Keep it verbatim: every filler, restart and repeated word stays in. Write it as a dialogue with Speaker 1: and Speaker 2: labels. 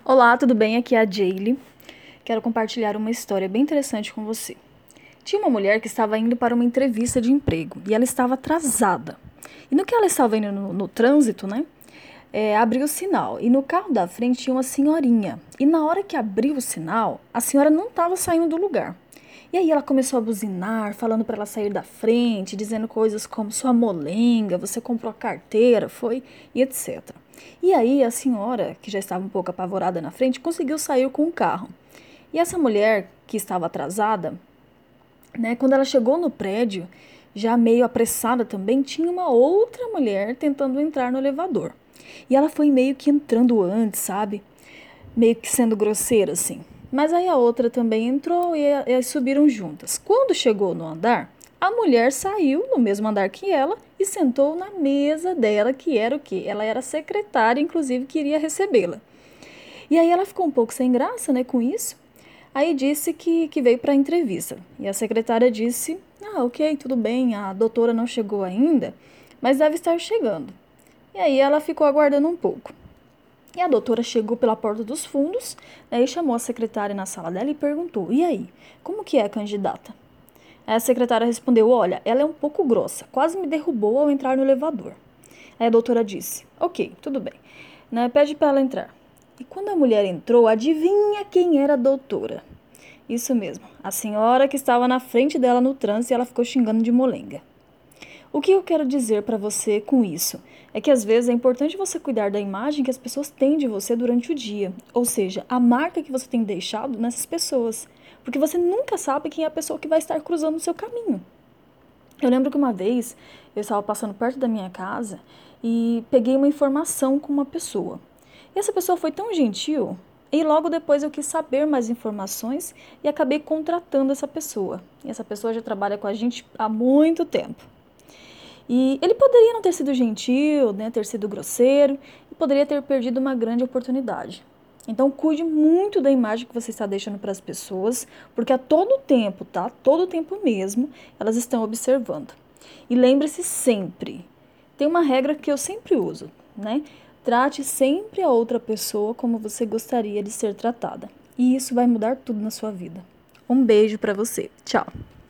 Speaker 1: Olá, tudo bem? Aqui é a Jaylee. Quero compartilhar uma história bem interessante com você. Tinha uma mulher que estava indo para uma entrevista de emprego e ela estava atrasada. E no que ela estava indo no, no trânsito, né? É, abriu o sinal e no carro da frente tinha uma senhorinha. E na hora que abriu o sinal, a senhora não estava saindo do lugar. E aí ela começou a buzinar, falando para ela sair da frente, dizendo coisas como sua molenga, você comprou a carteira, foi, e etcétera. E aí a senhora, que já estava um pouco apavorada na frente, conseguiu sair com o carro. E essa mulher, que estava atrasada, né, quando ela chegou no prédio, já meio apressada também, tinha uma outra mulher tentando entrar no elevador. E ela foi meio que entrando antes, sabe? Meio que sendo grosseira, assim. Mas aí a outra também entrou e elas subiram juntas. Quando chegou no andar, a mulher saiu no mesmo andar que ela e sentou na mesa dela, que era o quê? Ela era secretária, inclusive queria recebê-la. E aí ela ficou um pouco sem graça, né, com isso. Aí disse que, que veio para a entrevista. E a secretária disse: Ah, ok, tudo bem, a doutora não chegou ainda, mas deve estar chegando. E aí ela ficou aguardando um pouco. E a doutora chegou pela porta dos fundos, né, e chamou a secretária na sala dela e perguntou: E aí, como que é a candidata? Aí a secretária respondeu: Olha, ela é um pouco grossa, quase me derrubou ao entrar no elevador. Aí a doutora disse: Ok, tudo bem, né, pede para ela entrar. E quando a mulher entrou, adivinha quem era a doutora? Isso mesmo, a senhora que estava na frente dela no trânsito e ela ficou xingando de molenga. O que eu quero dizer para você com isso? É que às vezes é importante você cuidar da imagem que as pessoas têm de você durante o dia, ou seja, a marca que você tem deixado nessas pessoas, porque você nunca sabe quem é a pessoa que vai estar cruzando o seu caminho. Eu lembro que uma vez eu estava passando perto da minha casa e peguei uma informação com uma pessoa. E essa pessoa foi tão gentil, e logo depois eu quis saber mais informações e acabei contratando essa pessoa. E essa pessoa já trabalha com a gente há muito tempo. E ele poderia não ter sido gentil, né, ter sido grosseiro, e poderia ter perdido uma grande oportunidade. Então, cuide muito da imagem que você está deixando para as pessoas, porque a todo tempo, tá? Todo tempo mesmo, elas estão observando. E lembre-se sempre, tem uma regra que eu sempre uso, né? Trate sempre a outra pessoa como você gostaria de ser tratada. E isso vai mudar tudo na sua vida. Um beijo para você. Tchau.